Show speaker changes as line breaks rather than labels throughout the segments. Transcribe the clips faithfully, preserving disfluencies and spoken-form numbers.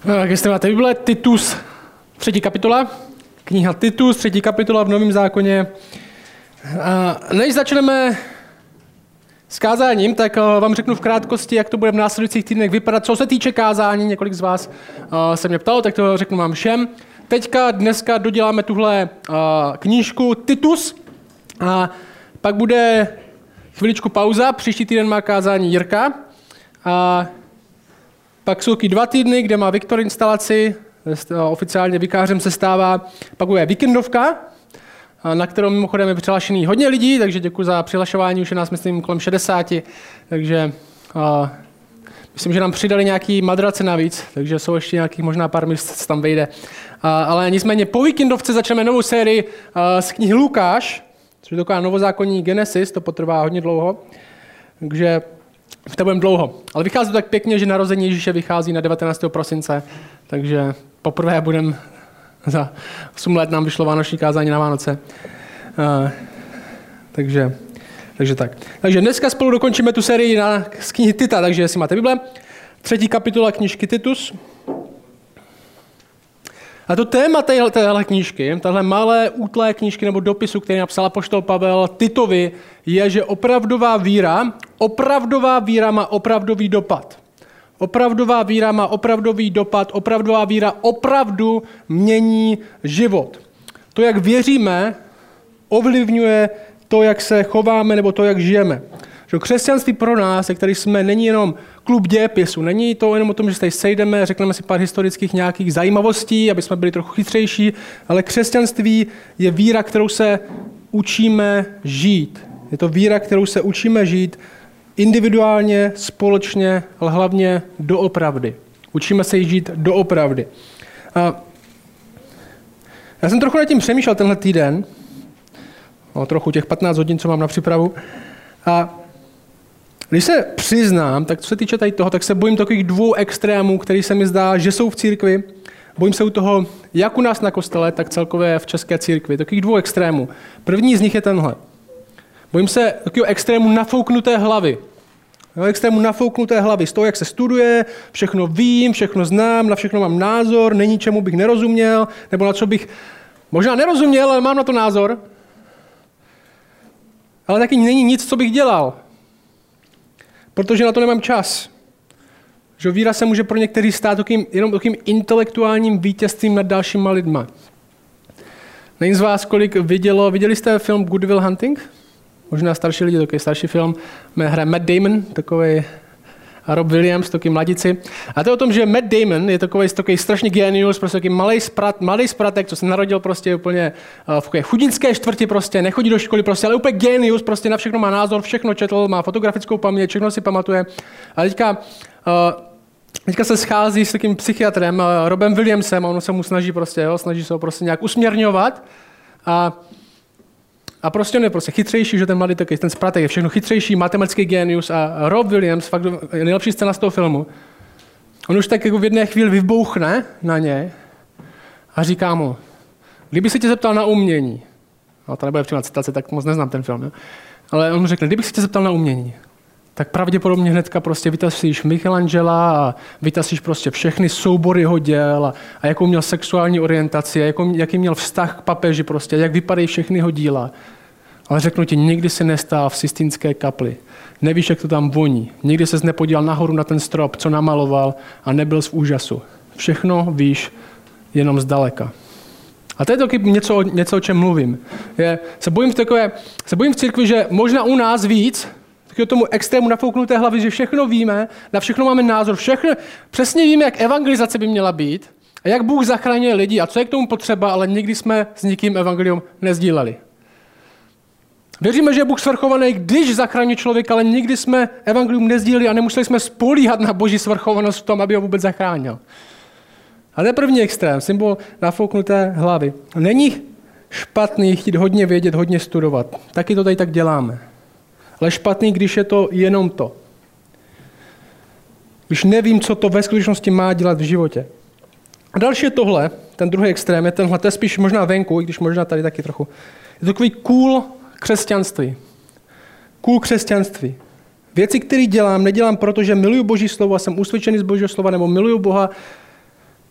Tak jestli máte Bible, Titus, třetí kapitola, kniha Titus, třetí kapitola v Novém zákoně. A než začneme s kázáním, tak vám řeknu v krátkosti, jak to bude v následujících týdnech vypadat. Co se týče kázání, několik z vás se mě ptalo, tak to řeknu vám všem. Teďka, dneska doděláme tuhle knížku Titus a pak bude chviličku pauza, příští týden má kázání Jirka a pak jsou taky dva týdny, kde má Viktor instalaci, oficiálně vikářem se stává, pak bude víkendovka, na kterou mimochodem je přihlášený hodně lidí, takže děkuji za přihlašování, už je nás myslím kolem šedesáti, takže uh, myslím, že nám přidali nějaký madrace navíc, takže jsou ještě nějakých možná pár míst tam vejde. Uh, ale nicméně po víkendovce začneme novou sérii uh, z knihy Lukáš, což je taková novozákonní Genesis, to potrvá hodně dlouho, takže to budeme dlouho. Ale vychází to tak pěkně, že narození Ježíše vychází na devatenáctého prosince, takže poprvé budeme za osm let nám vyšlo vánoční kázání na Vánoce. Uh, takže, takže tak. Takže dneska spolu dokončíme tu sérii na, z knihy Tita, takže jestli máte Bible, třetí kapitola knížky Titus. A to téma téhle, téhle knížky, tahle malé útlé knížky nebo dopisu, který napsal apoštol Pavel Titovi, je, že opravdová víra, opravdová víra má opravdový dopad. Opravdová víra má opravdový dopad, opravdová víra opravdu mění život. To, jak věříme, ovlivňuje to, jak se chováme nebo to, jak žijeme. Že křesťanství pro nás, který jsme, není jenom klub dějepisu, není to jenom o tom, že se tady sejdeme, řekneme si pár historických nějakých zajímavostí, aby jsme byli trochu chytřejší, ale křesťanství je víra, kterou se učíme žít. Je to víra, kterou se učíme žít individuálně, společně, ale hlavně doopravdy. Učíme se jí žít doopravdy. A já jsem trochu nad tím přemýšlel tenhle týden, o trochu těch patnáct hodin, co mám na přípravu. A když se přiznám, tak co se týče tady toho, tak se bojím takových dvou extrémů, který se mi zdá, že jsou v církvi. Bojím se u toho, jak u nás na kostele, tak celkově v české církvi. Takových dvou extrémů. První z nich je tenhle. Bojím se takového extrému nafouknuté hlavy. Extrému nafouknuté hlavy. Z toho, jak se studuje, všechno vím, všechno znám, na všechno mám názor, není čemu bych nerozuměl, nebo na co bych možná nerozuměl, ale mám na to názor. Ale taky není nic, co bych dělal. Protože na to nemám čas. Že víra se může pro některý stát takým, jenom takým intelektuálním vítězstvím nad dalšíma lidma. Nevím z vás, kolik vidělo, viděli jste film Good Will Hunting? Možná starší lidi, takový starší film. Hraje Matt Damon, takový a Rob Williams, takový mladici. A to je o tom, že Matt Damon je takový, takový strašný genius, prostě takový malý sprat, mladý spratek, co se narodil prostě úplně v takové chudinské čtvrti, prostě nechodí do školy, prostě, ale úplně genius, prostě na všechno má názor, všechno četl, má fotografickou paměť, všechno si pamatuje. A teďka, teďka se schází s takým psychiatrem, Robem Williamsem, a on se mu snaží prostě, jo, snaží se ho prostě nějak usměrňovat. A A prostě on je prostě chytřejší, že ten mladý taky, ten spratek je všechno chytřejší, matematický genius a Rob Williams, fakt je nejlepší scéna z toho filmu. On už tak jako v jedné chvíli vybouchne na něj a říká mu, kdyby se tě zeptal na umění, no to nebude přímá citace, tak moc neznám ten film, jo? Ale on mu řekne, kdybych se tě zeptal na umění, tak pravděpodobně hnedka prostě vytasíš Michelangela a vytasíš prostě všechny soubory jeho děl a, a jakou měl sexuální orientaci, a jakou, jaký měl vztah k papeži prostě, jak vypadají všechny jeho díla. Ale řeknu ti, nikdy se nestál v Sistínské kapli. Nevíš, jak to tam voní. Nikdy ses nepodíval nahoru na ten strop, co namaloval a nebyl v úžasu. Všechno víš jenom zdaleka. A to je taky něco, něco o čem mluvím. Je, se, bojím v takové, se bojím v církvi, že možná u nás víc, k tomu extrému nafouknuté hlavy, že všechno víme, na všechno máme názor, všechno, přesně víme, jak evangelizace by měla být a jak Bůh zachraňuje lidi a co je k tomu potřeba, ale nikdy jsme s nikým evangelium nezdíleli. Věříme, že je Bůh svrchovaný, když zachraňuje člověka, ale nikdy jsme evangelium nezdíleli a nemuseli jsme spolíhat na Boží svrchovanost v tom, aby ho vůbec zachránil. A to je první extrém, symbol nafouknuté hlavy. Není špatný chtít hodně vědět, hodně studovat. Taky to tady tak děláme. Ale špatný, když je to jenom to. Když nevím, co to ve skutečnosti má dělat v životě. A další je tohle, ten druhý extrém, je tenhle, to je spíš možná venku, i když možná tady taky trochu. Je to takový cool křesťanství. Cool křesťanství. Věci, které dělám, nedělám proto, že miluju Boží slovo a jsem usvědčený z Božího slova, nebo miluju Boha,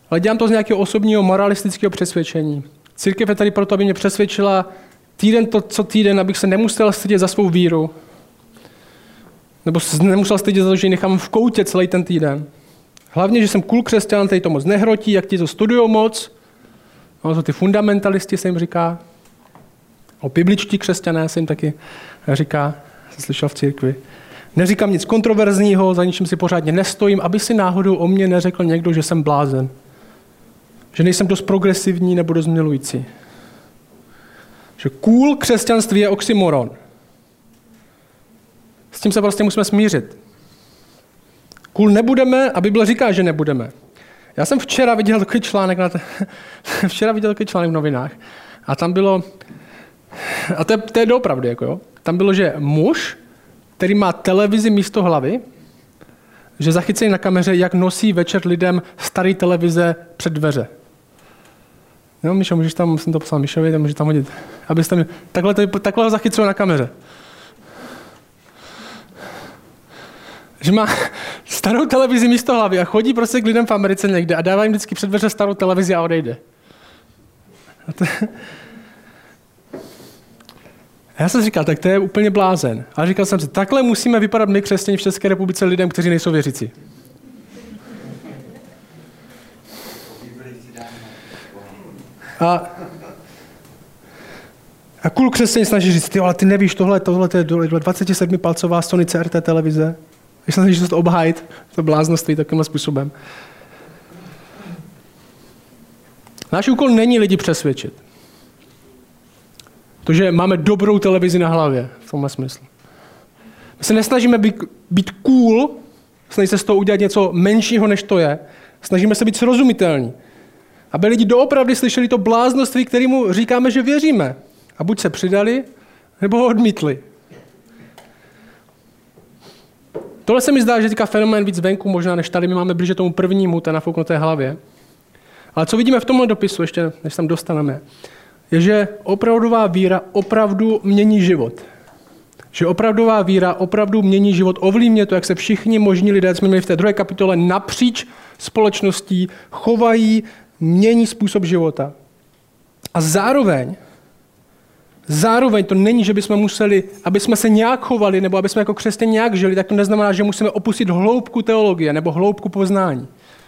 ale dělám to z nějakého osobního moralistického přesvědčení. Církev je tady proto, aby mě přesvědčila týden to, co týden, abych se nemusel stydět za svou víru. Nebo nemusel stydět za to, že ji nechám v koutě celý ten týden. Hlavně, že jsem cool křesťan, tady to moc nehrotí, jak ti to studujou moc. No, to ty fundamentalisti se jim říká. O bibličtí křesťané se jim taky říká, jsem slyšel v církvi. Neříkám nic kontroverzního, za ničím si pořádně nestojím, aby si náhodou o mě neřekl někdo, že jsem blázen. Že nejsem dost progresivní nebo dost milující. Že cool křesťanství je oxymoron. S tím se prostě musíme smířit. Cool nebudeme a Bible říká, že nebudeme. Já jsem včera viděl takový článek, na t... včera viděl takový článek v novinách a tam bylo, a to je, to je doopravdy, jako jo, tam bylo, že muž, který má televizi místo hlavy, že zachycejí na kameře, jak nosí večer lidem starý televize před dveře. No, Míšo, můžeš tam, jsem to poslal Míšovi, tam můžeš tam hodit. Abyste mi, takhle, to, takhle ho zachycují na kameře. Že má starou televizi místo hlavy a chodí prostě k lidem v Americe někde a dává jim vždycky před dveře starou televizi a odejde. A to... Já jsem říkal, tak to je úplně blázen. A říkal jsem si, takhle musíme vypadat my křesťané v České republice lidem, kteří nejsou věřící. A, a cool křesťané snaží říct, ty, ale ty nevíš, tohle, tohle, to je dvacetisedmipalcová Sony C R T televize. Když se snažíš to obhájit, to bláznoství takovýmhle způsobem. Náš úkol není lidi přesvědčit. To, že máme dobrou televizi na hlavě, v tomhle smyslu. My se nesnažíme být, být cool, snažíme se z toho udělat něco menšího, než to je. Snažíme se být srozumitelní. Aby lidi doopravdy slyšeli to bláznoství, kterému říkáme, že věříme. A buď se přidali, nebo ho odmítli. Tohle se mi zdá, že říká fenomén víc venku možná, než tady. My máme blíže tomu prvnímu, té nafouknuté hlavě. Ale co vidíme v tomhle dopisu, ještě než tam dostaneme, je, že opravdová víra opravdu mění život. Že opravdová víra opravdu mění život. Ovlivňuje to, jak se všichni možní lidé, jsme měli v té druhé kapitole, napříč společností chovají, mění způsob života. A zároveň, zároveň to není, že bychom museli, aby jsme se nějak chovali, nebo aby jsme jako křesťané nějak žili, tak to neznamená, že musíme opustit hloubku teologie nebo hloubku poznání.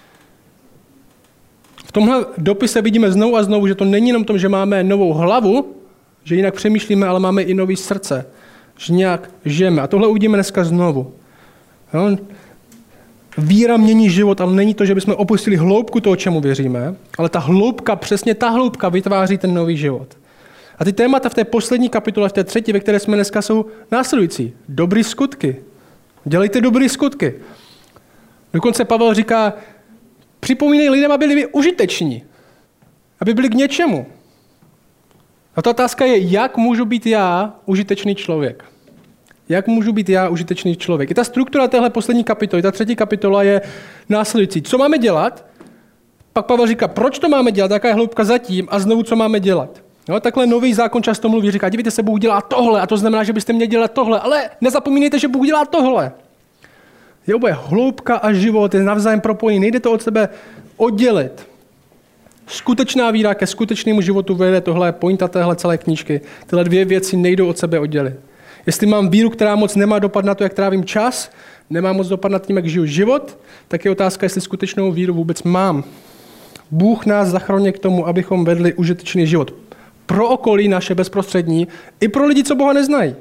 V tomhle dopise vidíme znovu a znovu, že to není jenom tom, že máme novou hlavu, že jinak přemýšlíme, ale máme i nový srdce, že nějak žijeme. A tohle uvidíme dneska znovu. Jo? Víra mění život, ale není to, že bychom opustili hloubku toho, čemu věříme, ale ta hloubka, přesně ta hloubka vytváří ten nový život. A ty témata v té poslední kapitole, v té třetí, ve které jsme dneska, jsou následující. Dobrý skutky. Dělejte dobrý skutky. Dokonce Pavel říká, připomínej lidem, aby byli užiteční, aby byli k něčemu. A ta otázka je, jak můžu být já užitečný člověk? Jak můžu být já užitečný člověk? I ta struktura téhle poslední kapitoly, ta třetí kapitola je následující. Co máme dělat? Pak Pavel říká, proč to máme dělat, jaká je hloubka zatím a znovu, co máme dělat. No, takhle nový zákon často mluví, říká, dívejte se, Bůh dělá tohle a to znamená, že byste měli dělat tohle, ale nezapomínejte, že Bůh dělá tohle. Je oboje hloubka a život, je navzájem propojený, nejde to od sebe oddělit. Skutečná víra ke skutečnému životu vede, tohle je pointa téhle celé knížky. Tyhle dvě věci nejdou od sebe oddělit. Jestli mám víru, která moc nemá dopad na to, jak trávím čas, nemá moc dopad na tím, jak žiju život, tak je otázka, jestli skutečnou víru vůbec mám. Bůh nás zachraňuje k tomu, abychom vedli užitečný život. Pro okolí naše bezprostřední, i pro lidi, co Boha neznají.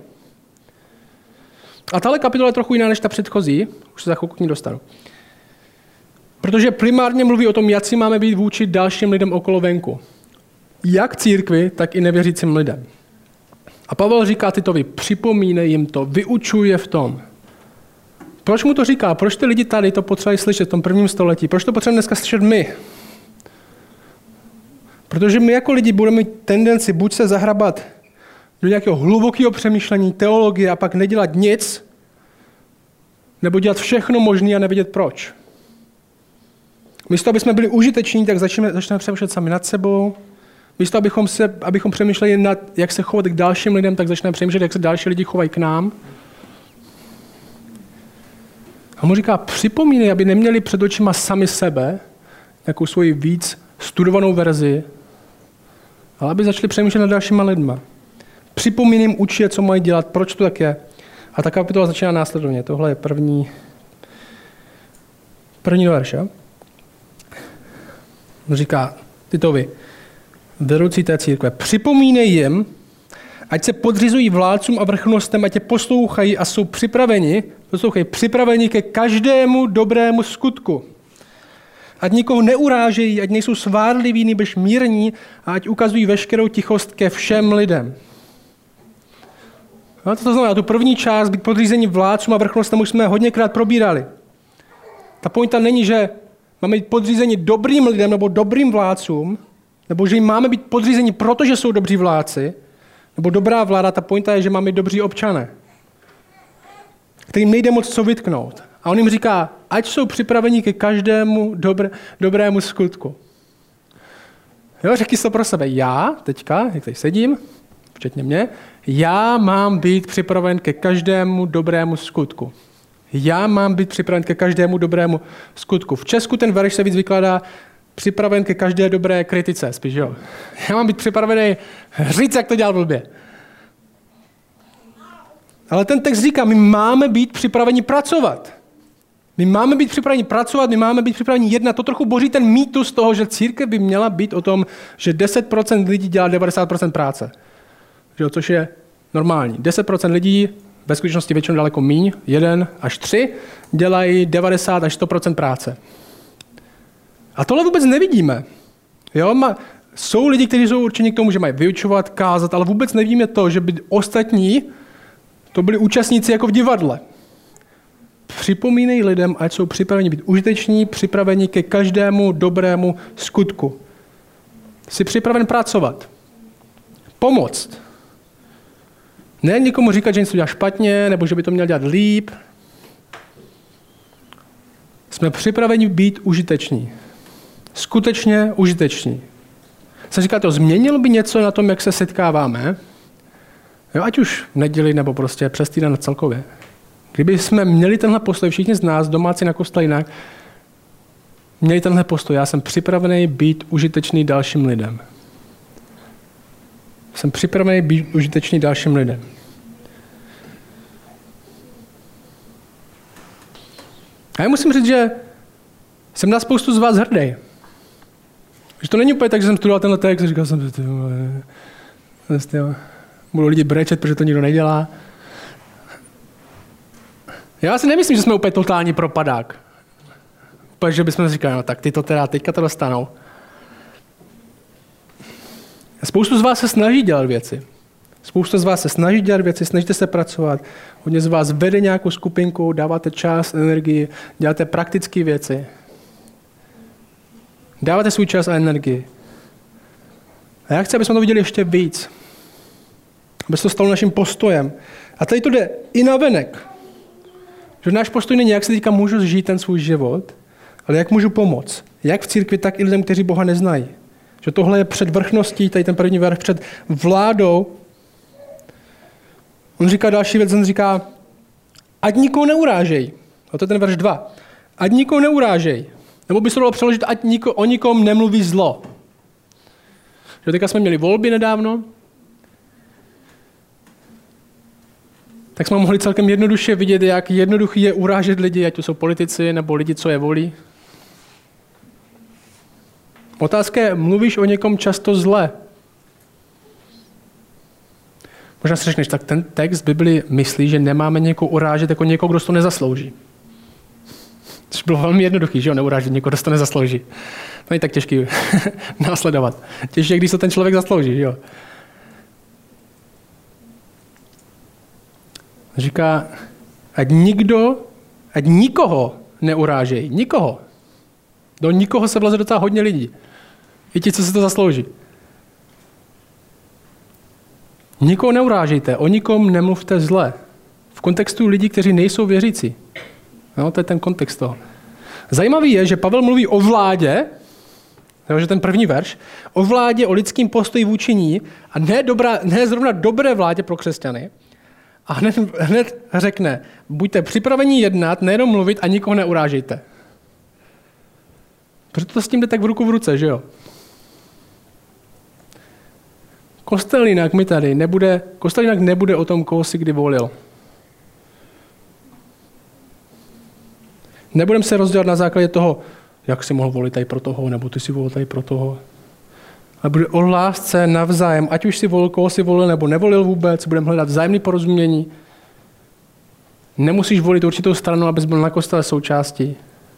A tahle kapitola je trochu jiná než ta předchozí, už se za chvilku k ní dostanu. Protože primárně mluví o tom, jak si máme být vůči dalším lidem okolo venku. Jak církvi, tak i nevěřícím lidem. A Pavel říká Titovi, připomínej jim to, vyučuj je v tom. Proč mu to říká? Proč ty lidi tady to potřebují slyšet v tom prvním století? Proč to potřebujeme dneska slyšet my? Protože my jako lidi budeme mít tendenci buď se zahrabat do nějakého hlubokého přemýšlení, teologie a pak nedělat nic, nebo dělat všechno možné a nevědět proč. Místo, aby jsme byli užiteční, tak začneme, začneme přemýšlet sami nad sebou. Místo, abychom, se, abychom přemýšleli nad, jak se chovat k dalším lidem, tak začneme přemýšlet, jak se další lidi chovají k nám. A mu říká, připomínej, aby neměli před očima sami sebe, nějakou svoji víc studovanou verzi, ale aby začali přemýšlet nad dalšíma lidma. Připomínej jim, učí je, co mají dělat, proč to tak je. A ta kapitola začíná následovně. Tohle je první, první verš. Jo? Říká Titovi, vedoucí té církve, připomínej jim, ať se podřizují vládcům a vrchnostem, ať je poslouchají a jsou připraveni, poslouchají, připraveni ke každému dobrému skutku. Ať nikoho neurážejí, ať nejsou svárliví, nebož mírní a ať ukazují veškerou tichost ke všem lidem. No, to znamená, tu první část, být podřízení vládcům a vrchnostem, už jsme hodněkrát probírali. Ta pointa není, že máme být podřízení dobrým lidem nebo dobrým vládcům, nebo že jim máme být podřízení, protože jsou dobří vládci, nebo dobrá vláda, ta pointa je, že máme být dobří občané, kterým nejde moc co vytknout. A on jim říká, ať jsou připraveni ke každému dobré, dobrému skutku. Jo, řekni to pro sebe. Já, teďka, jak tady sedím, včetně mě, já mám být připraven ke každému dobrému skutku. Já mám být připraven ke každému dobrému skutku. V Česku ten verš se víc vykládá připraven ke každé dobré kritice, spíš jo. Já mám být připravený říct, jak to dělal blbě. Ale ten text říká, my máme být připraveni pracovat. My máme být připraveni pracovat, my máme být připraveni jednat. To trochu boří ten mýtus toho, že církev by měla být o tom, že deset procent lidí dělá devadesát procent práce. Že, což je normální. deset procent lidí, ve skutečnosti většinou daleko míň, jeden až tři, dělají devadesát až sto procent práce. A tohle vůbec nevidíme. Jo? Ma, jsou lidi, kteří jsou určeni k tomu, že mají vyučovat, kázat, ale vůbec nevidíme to, že by ostatní to byli účastníci jako v divadle. Připomínej lidem, ať jsou připraveni být užiteční, připraveni ke každému dobrému skutku. Jsi připraven pracovat. Pomoct. Ne někomu říkat, že něco dělá špatně, nebo že by to měl dělat líp. Jsme připraveni být užiteční. Skutečně užiteční. Jsem říkal, to změnilo by něco na tom, jak se setkáváme, jo, ať už v neděli, nebo prostě přes týden celkově. Kdyby jsme měli tenhle postoj, všichni z nás, domácí na kostele jinak, měli tenhle postoj, já jsem připravený být užitečný dalším lidem. Jsem připravený být užitečný dalším lidem. A já musím říct, že jsem na spoustu z vás hrdý. Že to není úplně tak, že jsem studoval tenhle text a říkal jsem, že budou lidi brečet, protože to nikdo nedělá. Já si nemyslím, že jsme úplně totální propadák. Úplně, že bychom říkali, no tak ty to teda teďka to dostanou. Spoustu z vás se snaží dělat věci. Spoustu z vás se snaží dělat věci, snažíte se pracovat. Hodně z vás vede nějakou skupinku, dáváte čas, energii, děláte praktické věci. Dáváte svůj čas a energii. A já chci, abychom to viděli ještě víc. Aby se to stalo naším postojem. A tady to jde i na venek. Že náš postoj není, jak si teďka můžu žít ten svůj život, ale jak můžu pomoct. Jak v církvi, tak i lidem, kteří Boha neznají. Že tohle je před vrchností, tady ten první verš, před vládou. On říká další věc, on říká, ať nikoho neurážej. A to je ten verš dva. Ať nikoho neurážej. Nebo by se dalo přeložit, ať niko, o nikom nemluví zlo. Že teďka jsme měli volby nedávno, tak jsme mohli celkem jednoduše vidět, jak jednoduchý je urážet lidi, ať to jsou politici nebo lidi, co je volí. Otázka je, mluvíš o někom často zle? Možná si řekneš, tak ten text Bibli myslí, že nemáme někoho urážet jako někoho, kdo to nezaslouží. Což bylo velmi jednoduchý, že jo, neurážet někoho, kdo to nezaslouží. To není tak těžký následovat. Těžší, když to ten člověk zaslouží, že jo. Říká, ať nikdo, ať nikoho neurážejí. Nikoho. Do nikoho se vleze docela hodně lidí. I ti, co se to zaslouží. Nikoho neurážejte, o nikom nemluvte zle. V kontextu lidí, kteří nejsou věřící. No, to je ten kontext toho. Zajímavý je, že Pavel mluví o vládě, že ten první verš, o vládě, o lidském postoji vůči ní a ne, dobrá, ne zrovna dobré vládě pro křesťany. A hned, hned řekne, buďte připraveni jednat, nejenom mluvit a nikoho neurážejte. Protože to s tím jde tak v ruku v ruce, že jo? Kostelínak mi tady nebude, kostelínak nebude o tom, koho si kdy volil. Nebudeme se rozdělat na základě toho, jak si mohl volit tady pro toho, nebo ty si volil tady pro toho. Ale bude o lásce navzájem, ať už si volil, koho si volil, nebo nevolil vůbec, budeme hledat vzájemné porozumění. Nemusíš volit určitou stranu, abys byl na kostele součástí.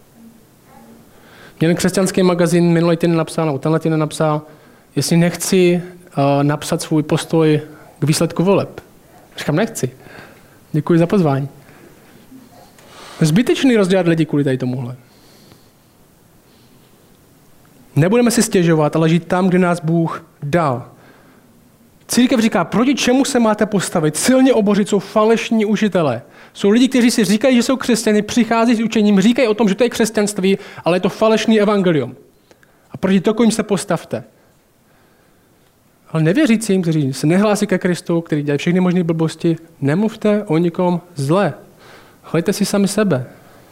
Jeden křesťanský magazín minulý týden napsal, nebo tenhle týden napsal, jestli nechci uh, napsat svůj postoj k výsledku voleb. Říkám, nechci. Děkuji za pozvání. Zbytečný rozdělat lidi kvůli tady tomuhle. Nebudeme si stěžovat, ale žít tam, kde nás Bůh dal. Církev říká, proti čemu se máte postavit? Silně obořit jsou falešní učitelé. Jsou lidi, kteří si říkají, že jsou křesťany, přichází s učením, říkají o tom, že to je křesťanství, ale je to falešný evangelium. A proti takovým se postavte. Ale nevěřícím, kteří se nehlásí ke Kristu, kteří dělají všechny možné blbosti, nemluvte o nikom zle. Chlejte si sami sebe.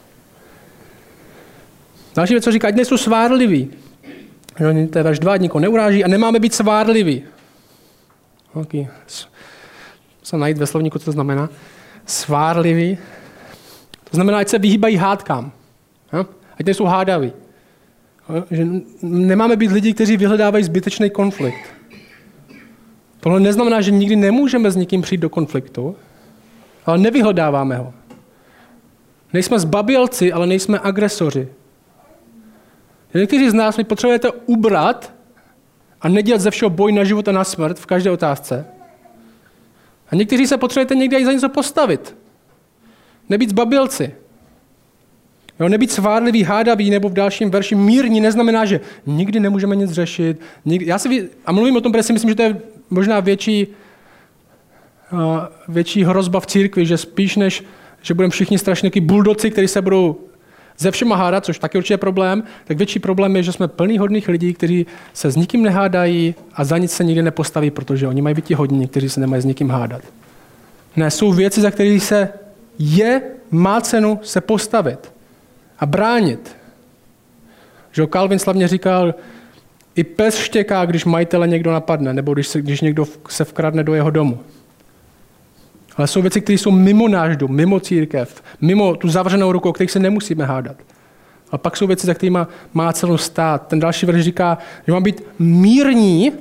Další věc, co říká, ať nejsou svárliví. To je verš dva, ať nikoho neuráží a nemáme být svárliví. Okay. Musím najít ve slovníku, co to znamená. Svárliví. To znamená, ať se vyhýbají hádkám. Ať nejsou hádaví. Že nemáme být lidi, kteří vyhledávají zbytečný konflikt. Tohle neznamená, že nikdy nemůžeme s někým přijít do konfliktu, ale nevyhledáváme ho. Nejsme zbabělci, ale nejsme agresoři. Někteří z nás mi potřebujete ubrat a nedělat ze všeho boj na život a na smrt v každé otázce. A někteří se potřebujete někde i za něco postavit. Nebýt zbabělci. Jo, nebýt svárlivý, hádavý nebo v dalším verši mírní neznamená, že nikdy nemůžeme nic řešit. Nikdy, já si, a mluvím o tom, protože si myslím, že to je možná větší, uh, větší hrozba v církvi, že spíš než, že budeme všichni strašně taky buldoci, kteří se budou ze všema hádat, což taky určitě je problém, tak větší problém je, že jsme plný hodných lidí, kteří se s nikým nehádají a za nic se nikdy nepostaví, protože oni mají být ti hodní, kteří se nemají s nikým hádat. Ne, jsou věci, za které se je, má cenu se postavit a bránit. Že Calvin slavně říkal, i pes štěká, když majitele někdo napadne, nebo když, se, když někdo se vkradne do jeho domu. Ale jsou věci, které jsou mimo náš dům, mimo církev, mimo tu zavřenou ruku, o kterých se nemusíme hádat. A pak jsou věci, za kterými má cenu stát. Ten další verš říká, že má být mírní.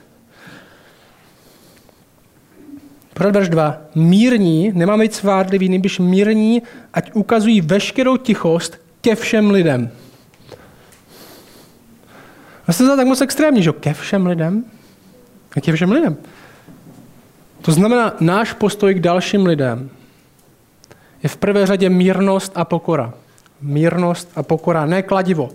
Pořád verš dva. Mírní, nemáme být svárliví, nejbrž mírní, ať ukazují veškerou tichost ke všem lidem. A jste to tak moc extrémní, že ke všem lidem? A ke všem lidem? To znamená, náš postoj k dalším lidem je v prvé řadě mírnost a pokora. Mírnost a pokora, ne kladivo.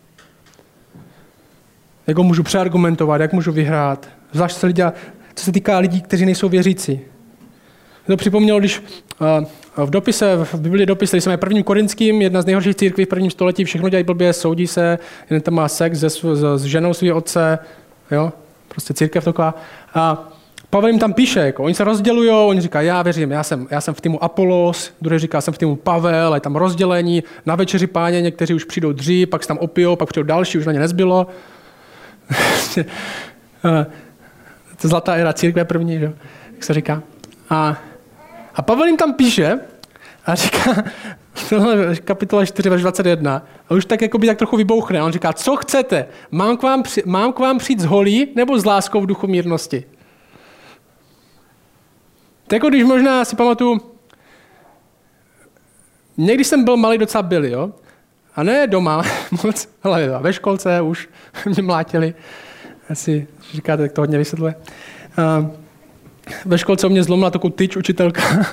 Jak ho můžu přeargumentovat, jak můžu vyhrát. Zvlášť se lidé, co se týká lidí, kteří nejsou věřící. To připomnělo, když uh, v dopise, v Biblii dopis, který jsme prvním korinským, jedna z nejhorších církví v prvním století, všechno dělají blbě, soudí se, jeden tam má sex se, s, s ženou svého otce, jo, prostě církev taková. A Pavel jim tam píše, jako, oni se rozdělují, oni říkají, já věřím, já jsem, já jsem v týmu Apolos, druhý říká, jsem v týmu Pavel, je tam rozdělení, na večeři Páně někteří už přijdou dřív, pak se tam opijou, pak přijdou další, už na ně nezbylo. To zlatá éra církve první, že? Jak se říká. A, a Pavel jim tam píše a říká, kapitola čtyři, verš dvacet jedna, a už tak jako by tak trochu vybouchne. A on říká, co chcete? Mám k vám, při, mám k vám přijít s holí nebo s láskou v duchu mírnosti? To jako když možná si pamatuju, někdy jsem byl malý docela byl, jo? A ne doma moc, ale ve školce už mě mlátili. Asi říkáte, tak to hodně vysvětluje. Uh, ve školce u mě zlomila takovou tyč učitelka. uh,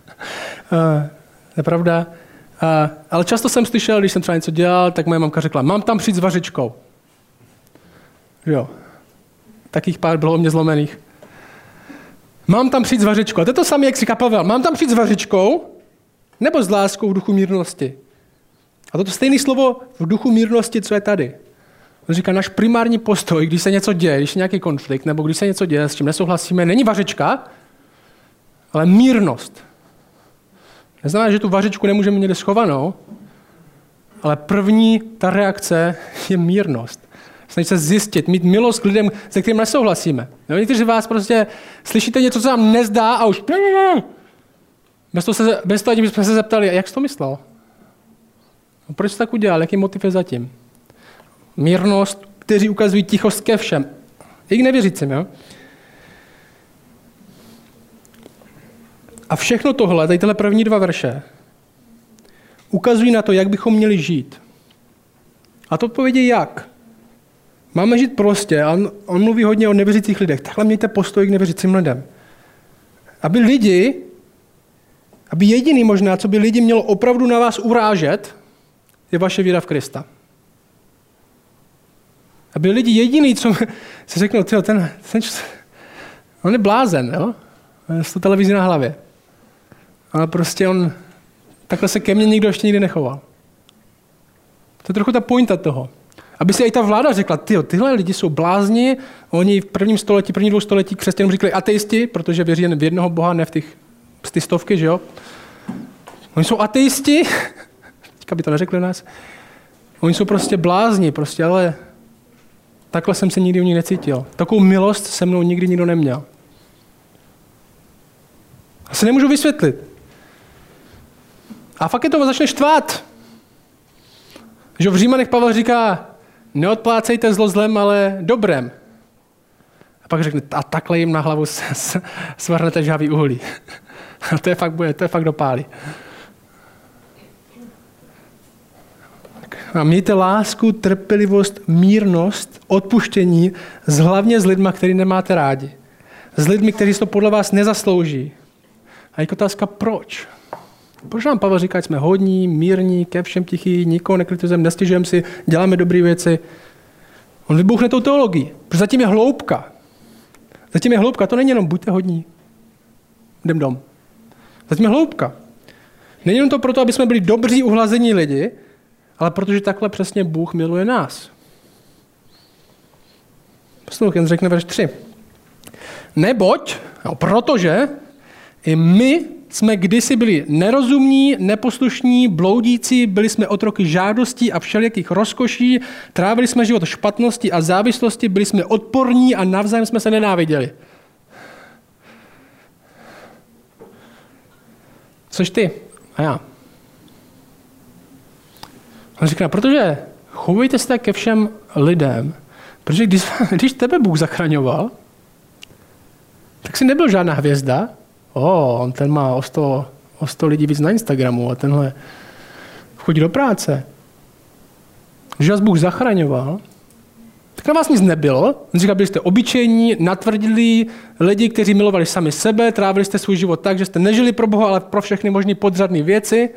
je pravda. Uh, ale často jsem slyšel, když jsem třeba něco dělal, tak moje mamka řekla, mám tam přijít s vařičkou. Jo. Takých pár bylo u mě zlomených. Mám tam přijít s vařičkou. A to je to samé, jak říká Pavel. Mám tam přijít s vařičkou nebo s láskou v duchu mírnosti. A toto stejné slovo v duchu mírnosti, co je tady. On říká, náš primární postoj, když se něco děje, když je nějaký konflikt, nebo když se něco děje, s čím nesouhlasíme, není vařička, ale mírnost. Neznamená, že tu vařičku nemůžeme někde schovanou, ale první ta reakce je mírnost. Snažit se zjistit, mít milost k lidem, se kterým nesouhlasíme. No, někteří z vás prostě slyšíte něco, co vám nezdá a už bez toho, se, bez toho, bychom se zeptali, jak jsi to myslel? No, proč jsi tak udělal? Jaký motiv je zatím? Mírnost, kteří ukazují tichost ke všem. I k nevěřícím, jo? A všechno tohle, tady tyhle první dva verše, ukazují na to, jak bychom měli žít. A to odpovědí jak? Máme žít prostě, a on, on mluví hodně o nevěřících lidech. Takhle mějte postoj k nevěřícím lidem. Aby lidi, aby jediný možná, co by lidi mělo opravdu na vás urážet, je vaše víra v Krista. Aby lidi jediný, co si řeknou, tyjo, ten, ten, on je blázen, jo? S tou televizí na hlavě. Ale prostě on, takhle se ke mně nikdo ještě nikdy nechoval. To je trochu ta pointa toho. Aby si i ta vláda řekla, tyjo, tyhle lidi jsou blázni, oni v prvním století, první dvou století křesťanům říkali ateisti, protože věří jen v jednoho boha, ne v těch, v ty stovky, že jo? Oni jsou ateisti, teďka by to neřekli u nás, oni jsou prostě blázni, prostě, ale takhle jsem se nikdy u nich necítil. Takovou milost se mnou nikdy nikdo neměl. A se nemůžu vysvětlit. A fakt je to začne štvát. Že v Římanech Pavel říká, neodplácejte zlo zlem, ale dobrem. A pak řekne, a takhle jim na hlavu svrhnete žhavý uhlí. A to je fakt bude, to je fakt dopálí. A mějte lásku, trpělivost, mírnost, odpuštění, hlavně s lidma, který nemáte rádi. S lidmi, kteří to podle vás nezaslouží. A je otázka, proč? Proč nám Pavel říká, že jsme hodní, mírní, ke všem tichý, nikoho nekritizujeme, nestěžujeme si, děláme dobré věci. On vybuchne tou teologií, protože zatím je hloubka. Zatím je hloubka, to není jenom buďte hodní, jdem dom. Zatím je hloubka. Není jenom to proto, aby jsme byli dobří, uhlazení lidi, ale protože takhle přesně Bůh miluje nás. Poslouchej, řekne verš tři. Neboť, no, protože i my jsme kdysi byli nerozumní, neposlušní, bloudící, byli jsme otroky žádostí a všelijakých rozkoší, trávili jsme život špatnosti a závislosti, byli jsme odporní a navzájem jsme se nenáviděli. Což ty a já. On říká, protože chovejte se tak ke všem lidem, protože když, když tebe Bůh zachraňoval, tak jsi nebyl žádná hvězda. O, on ten má o sto, o sto lidí víc na Instagramu a tenhle chodí do práce. Když vás Bůh zachraňoval, tak na vás nic nebylo. On říká, byli jste obyčejní, natvrdilí lidi, kteří milovali sami sebe, trávili jste svůj život tak, že jste nežili pro Boha, ale pro všechny možné podřadné věci.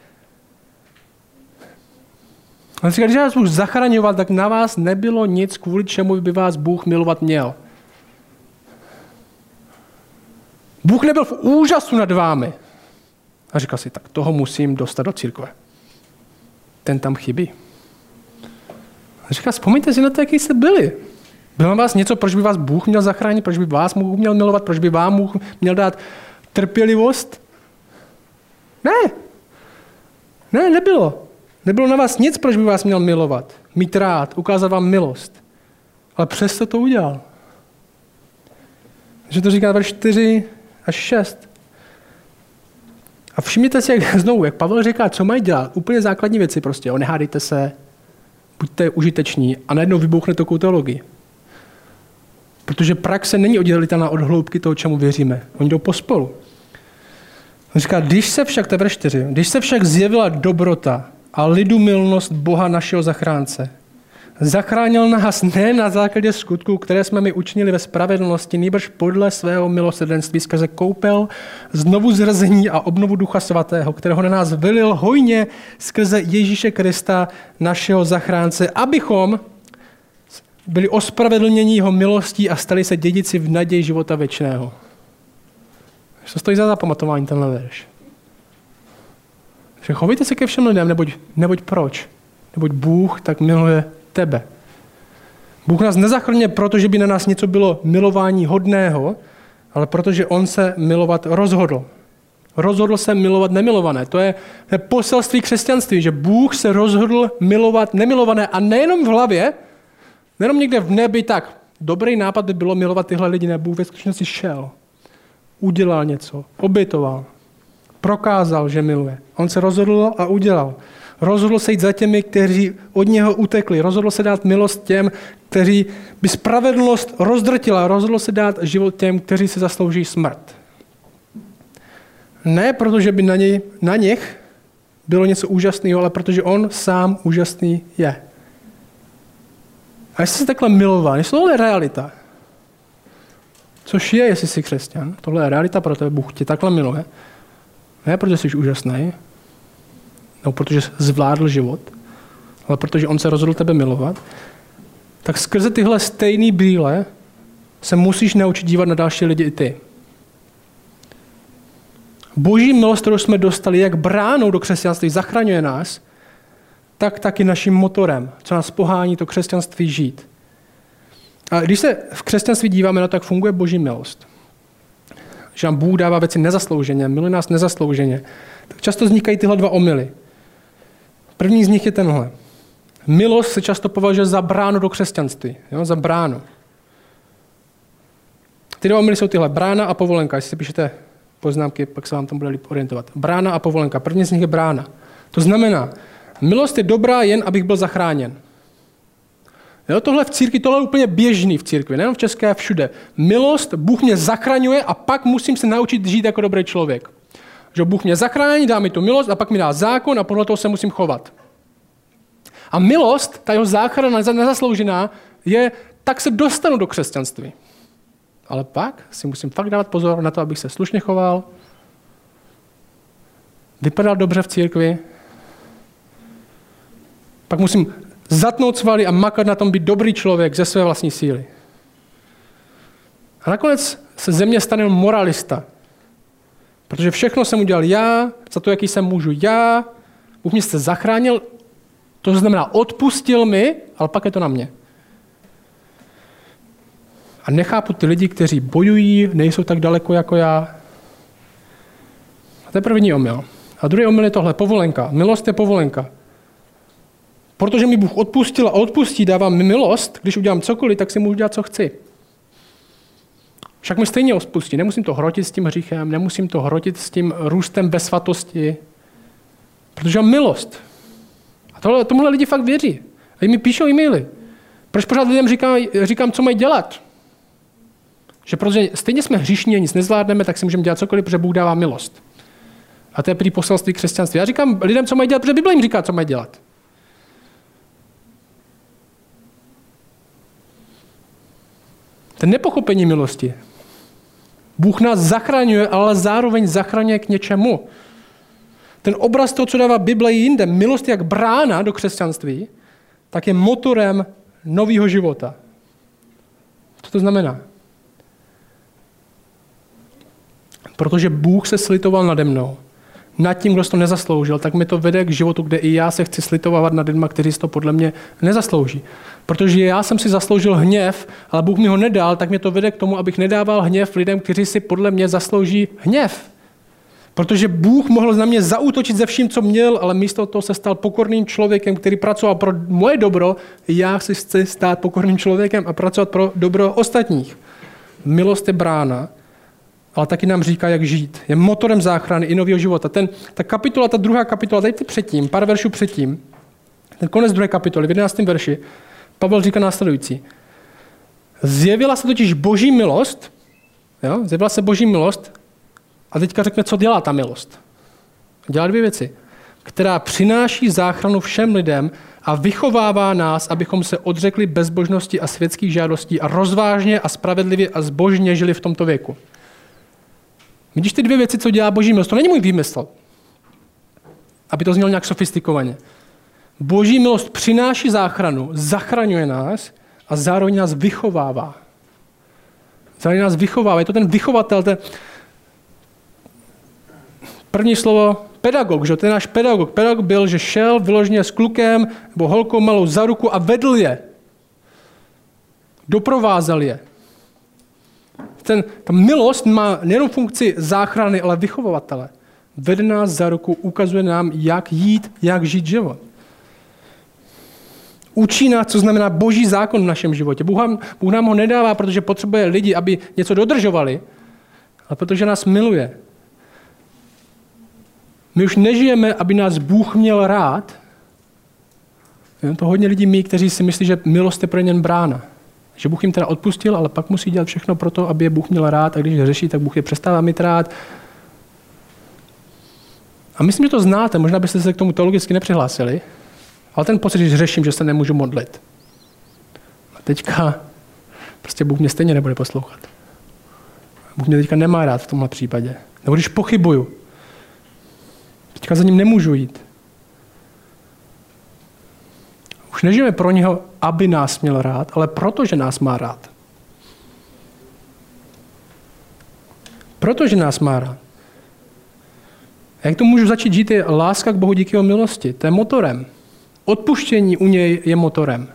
On říká, když vás Bůh zachraňoval, tak na vás nebylo nic, kvůli čemu by vás Bůh milovat měl. Bůh nebyl v úžasu nad vámi. A říkal si, tak toho musím dostat do církve. Ten tam chybí. A říká, vzpomeňte si na to, jaký jste byli. Bylo na vás něco, proč by vás Bůh měl zachránit, proč by vás Bůh měl milovat, proč by vám Bůh měl dát trpělivost? Ne. Ne, nebylo. Nebylo na vás nic, proč by vás měl milovat, mít rád, ukázat vám milost. Ale přesto to udělal. Takže to říká verš čtyři až šest. A všimněte si, jak znovu, jak Pavel říká, co mají dělat. Úplně základní věci prostě. O, nehádejte se, buďte užiteční a najednou vybuchne takovou teologii. Protože praxe není oddělitelná od hloubky toho, čemu věříme. Oni jdou pospolu. On říká, když se však, to je verš čtyři, když se však zjevila dobrota a lidumilnost Boha našeho zachránce, zachránil nás ne na základě skutků, které jsme mi učinili ve spravedlnosti, nýbrž podle svého milosrdenství skrze koupel, znovu zrození a obnovu Ducha Svatého, kterého na nás vylil hojně skrze Ježíše Krista, našeho zachránce, abychom byli ospravedlněni jeho milostí a stali se dědici v naději života věčného. Co stojí za zapamatování tenhle verš? Že chovejte se ke všem lidem, neboť, neboť proč? Neboť Bůh tak miluje tebe. Bůh nás nezachrně, protože by na nás něco bylo milování hodného, ale protože on se milovat rozhodl. Rozhodl se milovat nemilované. To je, to je poselství křesťanství, že Bůh se rozhodl milovat nemilované a nejenom v hlavě, nejenom někde v nebi, tak dobrý nápad by bylo milovat tyhle lidi, ne, Bůh ve skutečnosti šel, udělal něco, obětoval, prokázal, že miluje. On se rozhodl a udělal. Rozhodl se jít za těmi, kteří od něho utekli. Rozhodl se dát milost těm, kteří by spravedlnost rozdrtila. Rozhodl se dát život těm, kteří si zaslouží smrt. Ne protože by na, něj, na nich bylo něco úžasného, ale protože on sám úžasný je. A jestli jsi takhle milován, jestli tohle je realita, což je, jestli jsi křesťan, tohle je realita, protože Bůh tě takhle miluje, ne protože jsi úžasný, no protože jsi zvládl život, ale protože on se rozhodl tebe milovat, tak skrze tyhle stejné brýle se musíš naučit dívat na další lidi i ty. Boží milost, kterou jsme dostali, jak bránou do křesťanství zachraňuje nás, tak taky naším motorem, co nás pohání to křesťanství žít. A když se v křesťanství díváme na to, jak funguje Boží milost, že nám Bůh dává věci nezaslouženě, miluje nás nezaslouženě, tak často vznikají tyhle dva omyly. První z nich je tenhle. Milost se často považuje za bránu do křesťanství, jo? Za bránu. Ty dva omyly jsou tyhle, brána a povolenka. Jestli si píšete poznámky, pak se vám tam bude líp orientovat. Brána a povolenka. První z nich je brána. To znamená, milost je dobrá jen, abych byl zachráněn. Jo, tohle v církvi, tohle je úplně běžný v církvi, nejen v České, všude. Milost, Bůh mě zachraňuje a pak musím se naučit žít jako dobrý člověk. Že Bůh mě zachrání, dá mi tu milost a pak mi dá zákon a podle toho se musím chovat. A milost, ta jeho záchrana nezasloužená, je, tak se dostanu do křesťanství. Ale pak si musím fakt dávat pozor na to, abych se slušně choval, vypadal dobře v církvi, pak musím zatnout svaly a makat na tom být dobrý člověk ze své vlastní síly. A nakonec se ze mě stane moralista. Protože všechno jsem udělal já, za to, jaký jsem můžu já, Bůh mě se zachránil, to znamená odpustil mi, ale pak je to na mě. A nechápu ty lidi, kteří bojují, nejsou tak daleko jako já. A to je první omyl. A druhý omyl je tohle, povolenka. Milost je povolenka. Protože mi Bůh odpustil a odpustí, dává mi milost, když udělám cokoliv, tak si můžu dělat, co chci. Však mi stejně odpustí. Nemusím to hrotit s tím hříchem, nemusím to hrotit s tím růstem bez svatosti, protože mám milost. A tohle, tomuhle lidi fakt věří. A mi píšou e-maily. Proč pořád lidem říkám, říkám, co mají dělat? Že protože stejně jsme hříšní a nic nezvládneme, tak si můžeme dělat cokoliv, protože Bůh dává milost. A to je prý poselství křesťanství. Já říkám lidem, co mají dělat, protože Bible jim říká, co mají dělat. To nepochopení milosti. Bůh nás zachraňuje, ale zároveň zachraňuje k něčemu. Ten obraz toho, co dává Bible jinde, milost jak brána do křesťanství, tak je motorem nového života. Co to znamená? Protože Bůh se slitoval nade mnou. Nad tím, kdo to nezasloužil, tak mi to vede k životu, kde i já se chci slitovávat nad lidma, kteří si to podle mě nezaslouží. Protože já jsem si zasloužil hněv, ale Bůh mi ho nedal, tak mě to vede k tomu, abych nedával hněv lidem, kteří si podle mě zaslouží hněv. Protože Bůh mohl na mě zaútočit ze vším, co měl, ale místo toho se stal pokorným člověkem, který pracoval pro moje dobro. Já si chci stát pokorným člověkem a pracovat pro dobro ostatních. Milost je brána, ale taky nám říká, jak žít. Je motorem záchrany i nového života. Ten, ta kapitola, ta druhá kapitola, tady předtím, pár veršů předtím, ten konec druhé kapitoly, v jedenáctém verši, Pavel říká následující. Zjevila se totiž boží milost, jo? Zjevila se boží milost a teďka řekne, co dělá ta milost. Dělá dvě věci, která přináší záchranu všem lidem a vychovává nás, abychom se odřekli bezbožnosti a světských žádostí a rozvážně a spravedlivě a zbožně žili v tomto věku. Vidíš ty dvě věci, co dělá boží milost? To není můj výmysl, aby to znělo nějak sofistikovaně. Boží milost přináší záchranu, zachraňuje nás a zároveň nás vychovává. Zároveň nás vychovává. Je to ten vychovatel, ten první slovo pedagog, že? To je náš pedagog. Pedagog byl, že šel vyloženě s klukem nebo holkou malou za ruku a vedl je. Doprovázel je. Ten, ta milost má nejen funkci záchrany, ale vychovavatele. Vede nás za ruku, ukazuje nám, jak jít, jak žít život. Učí nás, co znamená boží zákon v našem životě. Bůh nám, Bůh nám ho nedává, protože potřebuje lidi, aby něco dodržovali, ale protože nás miluje. My už nežijeme, aby nás Bůh měl rád. Je to hodně lidí mý, kteří si myslí, že milost je pro ně brána. Že Bůh jim teda odpustil, ale pak musí dělat všechno pro to, aby je Bůh měl rád, a když je řeší, tak Bůh je přestává mít rád. A myslím, že to znáte, možná byste se k tomu teologicky nepřihlásili, ale ten pocit, že řeším, že se nemůžu modlit. A teďka prostě Bůh mě stejně nebude poslouchat. Bůh mě teďka nemá rád v tomhle případě. Nebo když pochybuju, teďka za ním nemůžu jít. Už nežijeme pro něho, aby nás měl rád, ale protože nás má rád. Protože nás má rád. A jak to můžu začít žít, je láska k Bohu díky jeho milosti. To je motorem. Odpuštění u něj je motorem.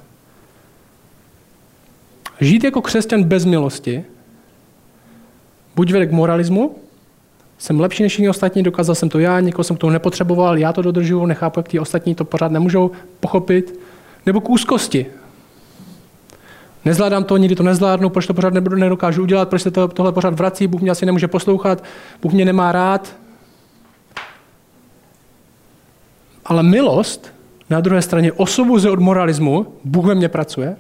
Žít jako křesťan bez milosti buď vede k moralismu, jsem lepší než jiní ostatní, dokázal jsem to já, někoho jsem k tomu nepotřeboval, já to dodržuju, nechápu, jak ti ostatní to pořád nemůžou pochopit, nebo k úzkosti. Nezvládám to, nikdy to nezvládnu, proč to pořád nebudu, nedokážu udělat, proč se to, tohle pořád vrací, Bůh mě asi nemůže poslouchat, Bůh mě nemá rád. Ale milost na druhé straně osvobozuje od moralismu, Bůh ve mně pracuje.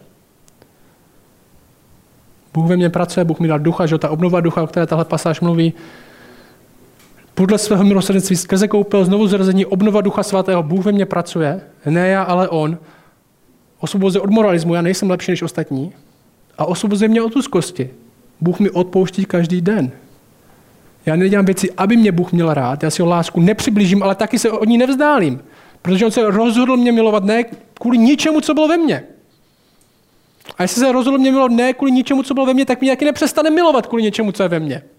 Bůh ve mně pracuje, Bůh mi dal ducha, že ta obnova ducha, o které tahle pasáž mluví. Podle svého milosrdenství skrze koupil znovu zrození obnova ducha svatého, Bůh ve mně pracuje, ne já, ale on. Osvobozuje od moralismu, já nejsem lepší než ostatní. A osvobozuje mě od úzkosti. Bůh mi odpouští každý den. Já nedělám věci, aby mě Bůh měl rád, já si ho lásku nepřiblížím, ale taky se od ní nevzdálím. Protože on se rozhodl mě milovat ne kvůli ničemu, co bylo ve mně. A jestli se rozhodl mě milovat ne kvůli ničemu, co bylo ve mně, tak mě taky nepřestane milovat kvůli něčemu, co je ve mně.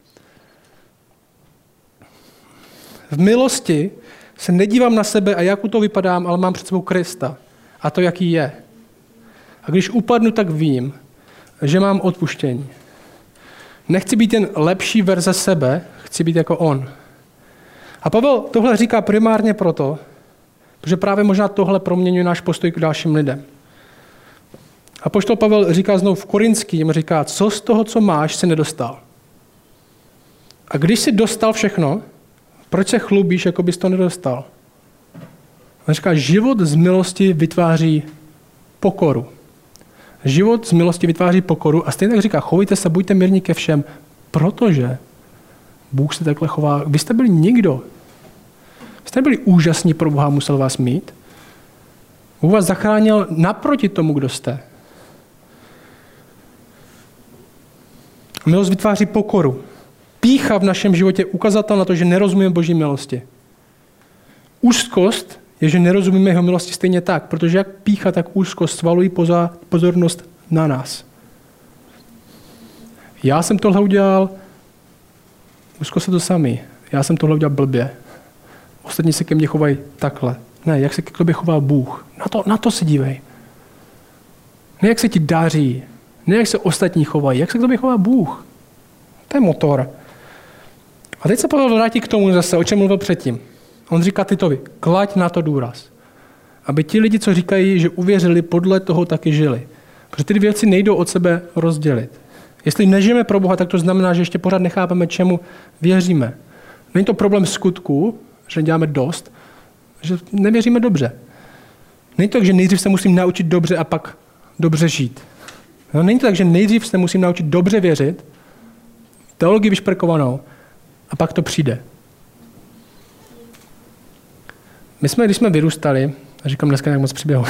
V milosti se nedívám na sebe a jak to vypadám, ale mám před sebou Krista. A to, jaký je. A když upadnu, tak vím, že mám odpuštění. Nechci být jen lepší verze sebe, chci být jako on. A Pavel tohle říká primárně proto, protože právě možná tohle proměňuje náš postoj k dalším lidem. Apoštol Pavel říká znovu v Korinským, říká, co z toho, co máš, si nedostal. A když jsi dostal všechno, proč se chlubíš, jako bys to nedostal? On říká, život z milosti vytváří pokoru. Život z milosti vytváří pokoru a stejně tak říká, chovejte se, buďte mírní ke všem, protože Bůh se takhle chová. Vy jste byli nikdo. Vy jste byli úžasní pro Boha, musel vás mít. Bůh vás zachránil naproti tomu, kdo jste. Milost vytváří pokoru. Pýcha v našem životě je ukazatel na to, že nerozumíme Boží milosti. Úzkost je, že nerozumíme jeho milosti stejně tak, protože jak pýcha, tak úzkost svalují pozornost na nás. Já jsem tohle udělal, úzkost se to sami. Já jsem tohle udělal blbě. Ostatní se ke mně chovají takhle. Ne, jak se k tobě choval Bůh. Na to, na to se dívej. Ne, jak se ti daří. Ne, jak se ostatní chovají. Jak se k tobě chová Bůh. To je motor. A teď se Pavel vrátí k tomu zase, o čem mluvil předtím. On říká Titovi, klaď na to důraz. Aby ti lidi, co říkají, že uvěřili, podle toho taky žili. Protože ty věci nejdou od sebe rozdělit. Jestli nežijeme pro Boha, tak to znamená, že ještě pořád nechápeme, čemu věříme. Není to problém skutků, že neděláme dost, že nevěříme dobře. Není to tak, že nejdřív se musím naučit dobře a pak dobře žít. No, není to tak, že nejdřív se musím naučit dobře věřit, teologii vyšperkovanou, a pak to přijde. My jsme, když jsme vyrůstali, a říkám dneska nějak moc příběhu,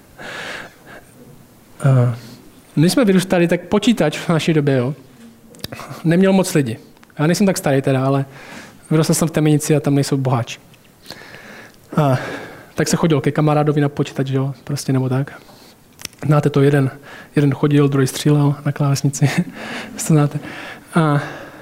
když jsme vyrůstali, tak počítač v naší době, jo, neměl moc lidi. Já nejsem tak starý teda, ale vyrostl jsem v Temenici a tam nejsou boháči. A tak se chodil ke kamarádovi na počítač, jo, prostě nebo tak. Znáte to, jeden, jeden chodil, druhý střílel na klávesnici. To znáte. A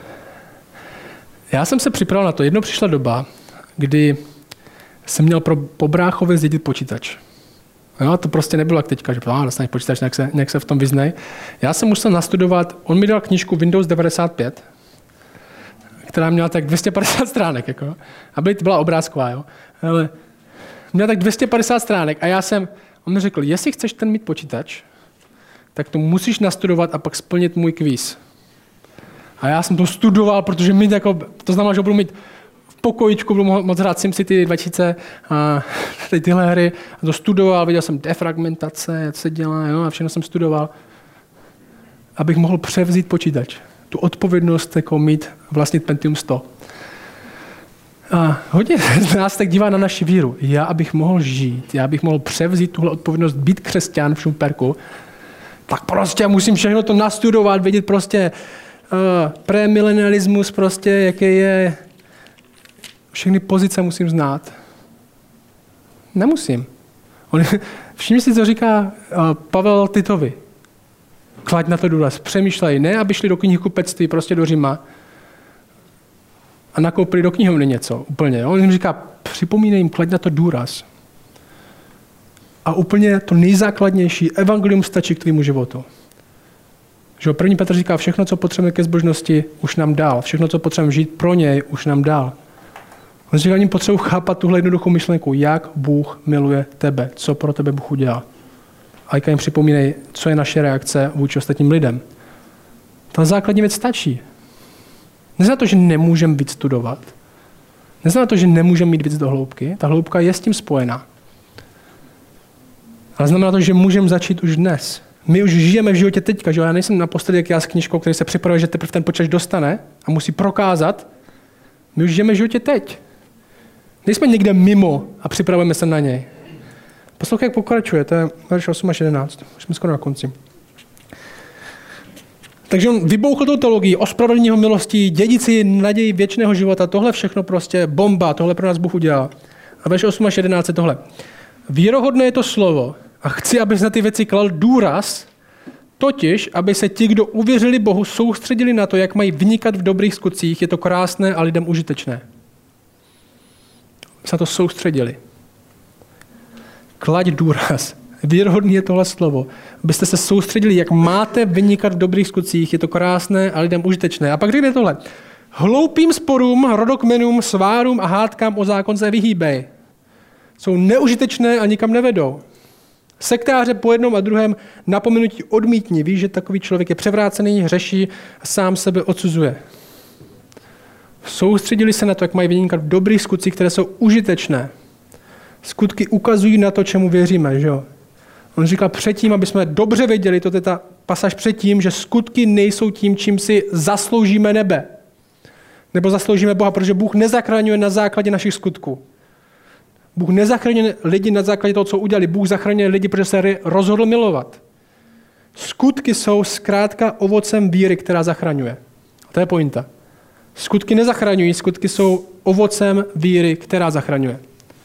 já jsem se připravil na to. Jednou přišla doba, kdy jsem měl pro, po bráchovi zdědit počítač. Jo, to prostě nebylo jak teďka, že ah, dostaneš počítač, nějak se, nějak se v tom vyznej. Já jsem musel nastudovat, on mi dal knížku Windows devadesát pět, která měla tak dvě stě padesát stránek, jako, a byla obrázková, jo. Ale měla tak dvě stě padesát stránek a já jsem, on mi řekl, jestli chceš ten mít počítač, tak to musíš nastudovat a pak splnit můj kvíz. A já jsem to studoval, protože mít jako, to znamená, že budu mít v pokojičku, budu moc hrát SimCity dva tisíce a tady tyhle hry. A to studoval, viděl jsem defragmentace, jak se dělá, jo, a všechno jsem studoval, abych mohl převzít počítač. Tu odpovědnost jako mít, vlastnit Pentium sto. A hodně z nás tak dívá na naši víru. Já, abych mohl žít, já bych mohl převzít tuhle odpovědnost, být křesťan v Šumperku, tak prostě musím všechno to nastudovat, vědět prostě uh, premilenialismus, prostě, jaké je, všechny pozice musím znát. Nemusím. On, všimni si, co říká uh, Pavel Titovi. Klaď na to důraz, přemýšlej, ne, aby šli do knihkupectví, prostě do Říma a nakoupili do knihovny něco úplně. Jo? On jim říká, připomínej jim, klaď na to důraz. A úplně to nejzákladnější, evangelium stačí k tvému životu. Že první Petr říká, všechno, co potřebujeme ke zbožnosti, už nám dal. Všechno, co potřebujeme žít pro něj, už nám dal. On říká, oni potřebují chápat tuhle jednoduchou myšlenku, jak Bůh miluje tebe, co pro tebe Bůh udělal. A jak jim připomínej, co je naše reakce vůči ostatním lidem. Ta základní věc stačí. Neznamená to, že nemůžeme víc studovat. Neznamená to, že nemůžeme mít víc do hloubky. Ta hloubka je s tím spojená. Ale znamená to, že můžeme začít už dnes. My už žijeme v životě teďka, že já nejsem naposledy jak já s knížkou, který se připravuje, že teprve ten počítač dostane a musí prokázat. My už žijeme v životě teď. Nejsme někde mimo a připravujeme se na něj. Poslouchej, jak pokračuje, to je verš osm až jedenáct. Už jsme skoro na konci. Takže on vybouchl tou teologii, ospravedlnění ho milostí, dědici naději věčného života, tohle všechno prostě bomba, tohle pro nás Bůh udělal. A verš osm až jedenáct je tohle. Věrohodné je to slovo a chci, abys na ty věci klal důraz, totiž, aby se ti, kdo uvěřili Bohu, soustředili na to, jak mají vynikat v dobrých skutcích, je to krásné a lidem užitečné. Se na to soustředili. Klaď důraz. Věrohodný je tohle slovo. Abyste se soustředili, jak máte vynikat v dobrých skutcích, je to krásné a lidem užitečné. A pak řekne tohle. Hloupým sporům, rodokmenům, svárům a hádkám o zákon se vyhýbej. Jsou neužitečné a nikam nevedou. Sektáře po jednom a druhém napomenutí odmítni. Víš, že takový člověk je převrácený, hřeší a sám sebe odsuzuje. Soustředili se na to, jak mají vynikat v dobrých skutcích, které jsou užitečné. Skutky ukazují na to, čemu věříme. Že jo? On říkal předtím, aby jsme dobře věděli, to je ta pasáž předtím, že skutky nejsou tím, čím si zasloužíme nebe. Nebo zasloužíme Boha, protože Bůh nezachraňuje na základě našich skutků. Bůh nezachraňuje lidi na základě toho, co udělali. Bůh zachraňuje lidi, protože se rozhodl milovat. Skutky jsou zkrátka ovocem víry, která zachraňuje. To je pointa. Skutky nezachraňují, skutky jsou ovocem víry, která zachraňuje.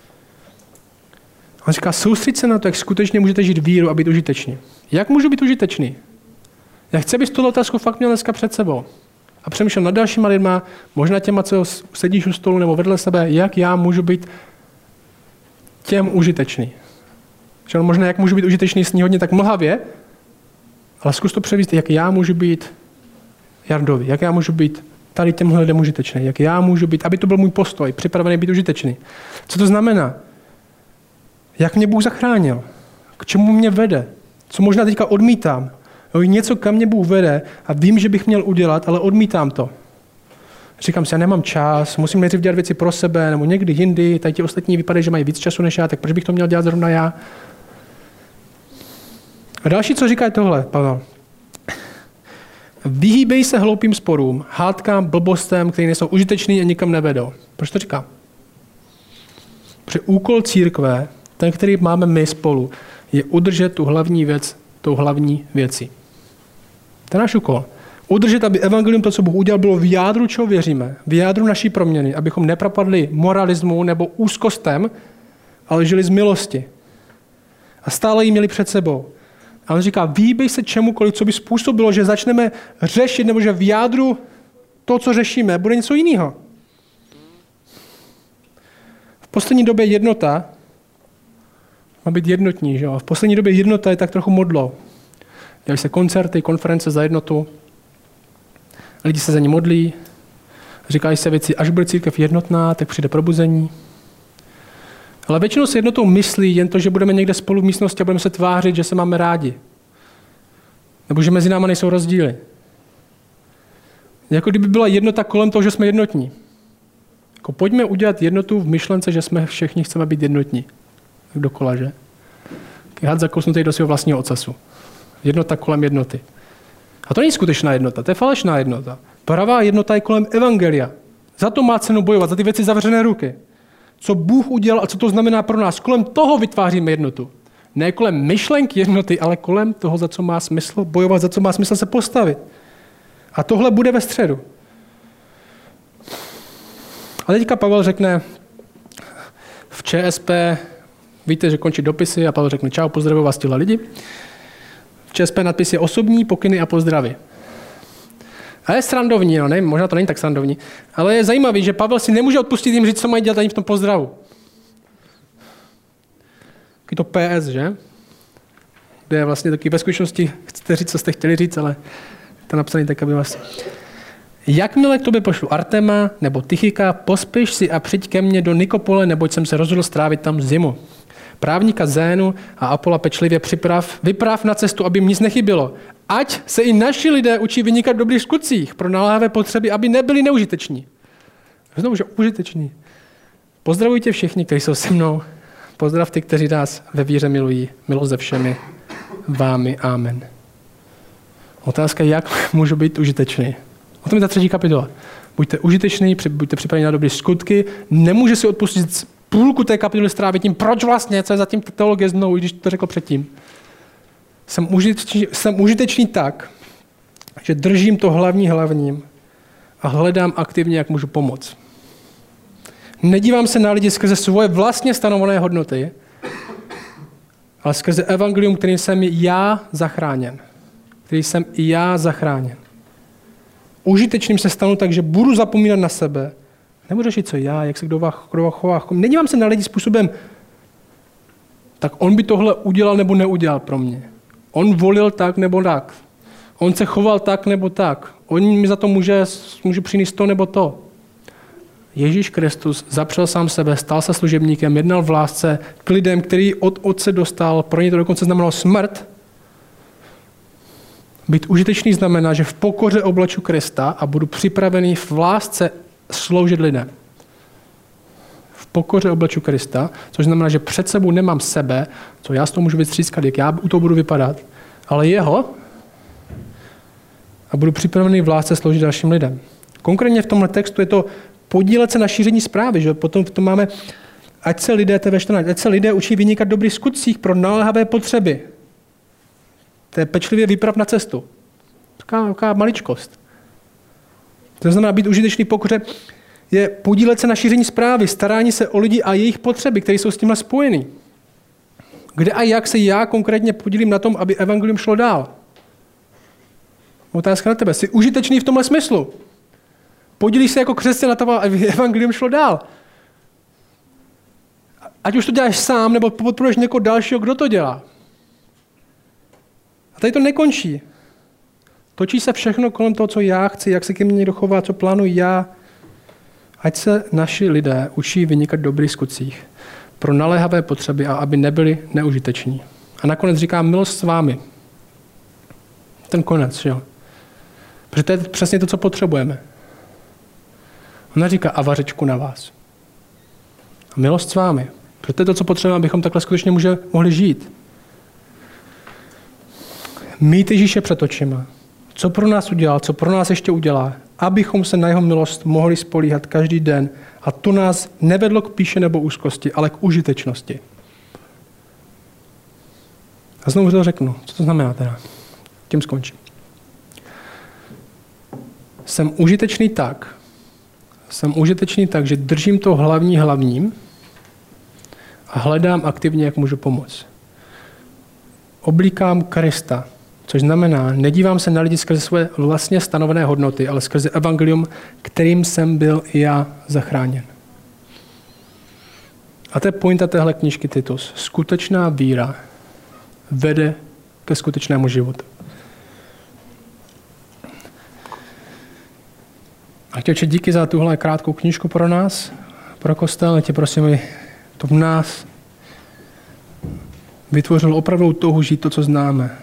On říká, soustřeď se na to, jak skutečně můžete žít víru a být užitečný. Jak můžu být užitečný? Já chci, abys tuhle otázku fakt měl dneska před sebou. A přemýšlel nad dalšíma lidma, možná těma, co sedíš u stolu nebo vedle sebe, jak já můžu být těm užitečný. Že možná, jak můžu být užitečný, sní hodně tak mlhavě, ale zkus to převíst, jak já můžu být Jardovi, jak já můžu být tady těmhle lidem užitečný, jak já můžu být, aby to byl můj postoj, připravený být užitečný. Co to znamená? Jak mě Bůh zachránil? K čemu mě vede? Co možná teďka odmítám? Jo, něco, kam mě Bůh vede a vím, že bych měl udělat, ale odmítám to. Říkám si, já nemám čas, musím nejdřív dělat věci pro sebe, nebo někdy jindy, tady ti ostatní vypadají, že mají víc času než já, tak proč bych to měl dělat zrovna já? A další, co říká, je tohle, Pavel. Vyhýbej se hloupým sporům, hádkám, blbostem, které nejsou užitečný a nikam nevedou. Proč to říká? Protože úkol církve, ten, který máme my spolu, je udržet tu hlavní věc, tou hlavní věcí. To je náš úkol. Udržet, aby evangelium, to, co Bůh udělal, bylo v jádru, čeho věříme, v jádru naší proměny, abychom nepropadli moralismu nebo úzkostem, ale žili z milosti. A stále ji měli před sebou. A on říká, vyhýbej se čemukoliv, co by způsobilo, že začneme řešit, nebo že v jádru to, co řešíme, bude něco jiného. V poslední době jednota má být jednotní, že jo? V poslední době jednota je tak trochu modlo. Dělají se koncerty, konference za jednotu. Lidi se za ně modlí. Říkají se věci, až bude církev jednotná, tak přijde probuzení. Ale většinou se jednotou myslí jen to, že budeme někde spolu v místnosti a budeme se tvářit, že se máme rádi. Nebo že mezi náma nejsou rozdíly. Jako kdyby byla jednota kolem toho, že jsme jednotní. Jako pojďme udělat jednotu v myšlence, že jsme všichni chceme být jednotní. Dokola, že? Had zakousnutý do svého vlastního ocasu. Jednota kolem jednoty. A to není skutečná jednota, to je falešná jednota. Pravá jednota je kolem evangelia. Za to má cenu bojovat, za ty věci zavřené ruky. Co Bůh udělal a co to znamená pro nás. Kolem toho vytváříme jednotu. Ne kolem myšlenky jednoty, ale kolem toho, za co má smysl bojovat, za co má smysl se postavit. A tohle bude ve středu. A teďka Pavel řekne v ČSP, víte, že končí dopisy a Pavel řekne čau, pozdravuji vás těhle lidi. V ČSP nadpis je osobní pokyny a pozdravy. A je srandovní, no ne, možná to není tak srandovní, ale je zajímavý, že Pavel si nemůže odpustit jim říct, co mají dělat ani v tom pozdravu. Taky to P S, že? Kde je vlastně taky ve skutečnosti, chcete říct, co jste chtěli říct, ale to napsaný tak, aby vás... Jakmile k tobě pošlu Artema nebo Tychika, pospěš si a přijď ke mně do Nikopole, neboť jsem se rozhodl strávit tam zimu. Právníka Zénu a Apola pečlivě připrav, vyprav na cestu, aby jim nic nechybilo. Ať se i naši lidé učí vynikat v dobrých skutcích pro naléhavé potřeby, aby nebyli neužiteční. Znovu, že užiteční. Pozdravujte všichni, kteří jsou se mnou. Pozdrav ty, kteří nás ve víře milují. Milost ze všemi vámi. Amen. Otázka, jak můžu být užitečný. O tom je ta třetí kapitola. Buďte užiteční, buďte připraveni na dobré skutky. Nemůže si odpustit půlku té kapitoly strávit tím, proč vlastně, co je zatím teologie znovu, když to řekl předtím. Jsem užitečný, jsem užitečný tak, že držím to hlavní hlavním a hledám aktivně, jak můžu pomoct. Nedívám se na lidi skrze svoje vlastně stanovené hodnoty, ale skrze evangelium, kterým jsem já zachráněn. Který jsem i já zachráněn. Užitečným se stanu tak, že budu zapomínat na sebe. Nebudu řešit, co já, jak se kdo chová. Nedívám se na lidi způsobem, tak on by tohle udělal nebo neudělal pro mě. On volil tak nebo tak. On se choval tak nebo tak. On mi za to může, může přinést to nebo to. Ježíš Kristus zapřel sám sebe, stal se služebníkem, jednal v lásce k lidem, který od otce dostal, pro ně to dokonce znamenalo smrt. Být užitečný znamená, že v pokoře oblaču Krista a budu připravený v lásce sloužit lidem. V pokoře oblaču Krista, což znamená, že před sebou nemám sebe, co já z toho můžu vystřískat, jak já u toho budu vypadat, ale jeho a budu připravený v lásce sloužit dalším lidem. Konkrétně v tomhle textu je to podílet se na šíření zprávy, že potom v tom máme, ať se lidé, té ve čtrnáct, ať se lidé učí vynikat v dobrých skutcích pro naléhavé potřeby. To je pečlivě výprav na cestu. Taková, taková maličkost. To znamená být užitečný pokoře je podílet se na šíření zprávy, starání se o lidi a jejich potřeby, které jsou s tímhle spojený. Kde a jak se já konkrétně podílím na tom, aby evangelium šlo dál? Otázka na tebe. Jsi užitečný v tomhle smyslu? Podílíš se jako křesťan na tom, aby evangelium šlo dál? Ať už to děláš sám, nebo podporuješ někoho dalšího, kdo to dělá. A tady to nekončí. Točí se všechno kolem toho, co já chci, jak se ke mně někdo chová, co plánuji já. Ať se naši lidé učí vynikat v dobrých skutcích pro naléhavé potřeby a aby nebyli neužiteční. A nakonec říká milost s vámi. Ten konec, jo. Protože to je přesně to, co potřebujeme. Ona říká a vařečku na vás. A milost s vámi. Protože to je to, co potřebujeme, abychom takhle skutečně může, mohli žít. Mít Ježíše před očima. Co pro nás udělal, co pro nás ještě udělá, abychom se na jeho milost mohli spolíhat každý den. A to nás nevedlo k píše nebo úzkosti, ale k užitečnosti. A znovu to řeknu. Co to znamená teda? Tím skončím. Jsem užitečný tak, jsem užitečný tak, že držím to hlavní hlavním a hledám aktivně, jak můžu pomoct. Oblíkám Krista, což znamená, nedívám se na lidi skrze své vlastně stanovené hodnoty, ale skrze evangelium, kterým jsem byl i já zachráněn. A to je pointa téhle knížky Titus. Skutečná víra vede ke skutečnému životu. A tě, díky za tuhle krátkou knížku pro nás, pro kostel. Tě prosím, aby to v nás vytvořil opravdu touhu žít to, co známe.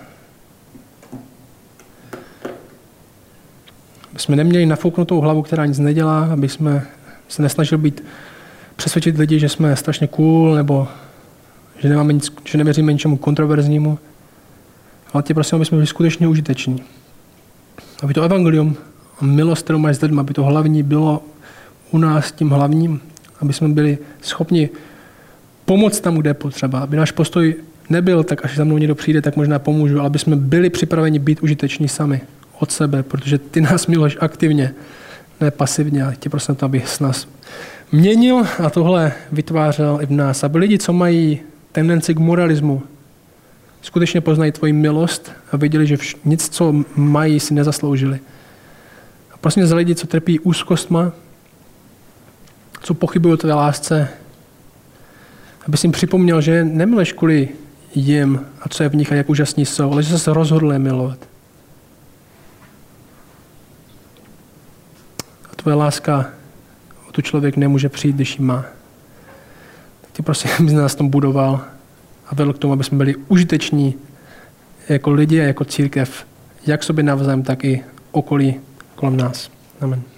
Aby jsme neměli nafouknutou hlavu, která nic nedělá, aby jsme se nesnažili být, přesvědčit lidi, že jsme strašně cool, nebo že, nemáme nic, že nevěříme ničemu kontroverznímu. Ale tě prosím, aby jsme byli skutečně užiteční. Aby to evangelium a milost, kterou máš s lidmi, aby to hlavní bylo u nás tím hlavním, aby jsme byli schopni pomoct tam, kde je potřeba. Aby náš postoj nebyl, tak až za mnou někdo přijde, tak možná pomůžu, ale aby jsme byli připraveni být užiteční sami od sebe, protože ty nás miluješ aktivně, ne pasivně. A tě prosím to, aby s nás měnil a tohle vytvářel i v nás. Aby lidi, co mají tendenci k moralismu, skutečně poznají tvoji milost a věděli, že vš- nic, co mají, si nezasloužili. A prosím za lidi, co trpí úzkostma, co pochybují o tvé lásce, aby si jim připomněl, že nemiluješ kvůli jim a co je v nich a jak úžasní jsou, ale že se rozhodl je milovat. A tvoje láska o tu člověk nemůže přijít, když ji má. Tak ty prosím, aby nás tom budoval a vedl k tomu, aby jsme byli užiteční jako lidi a jako církev, jak sobě navzájem, tak i okolí kolem nás. Amen.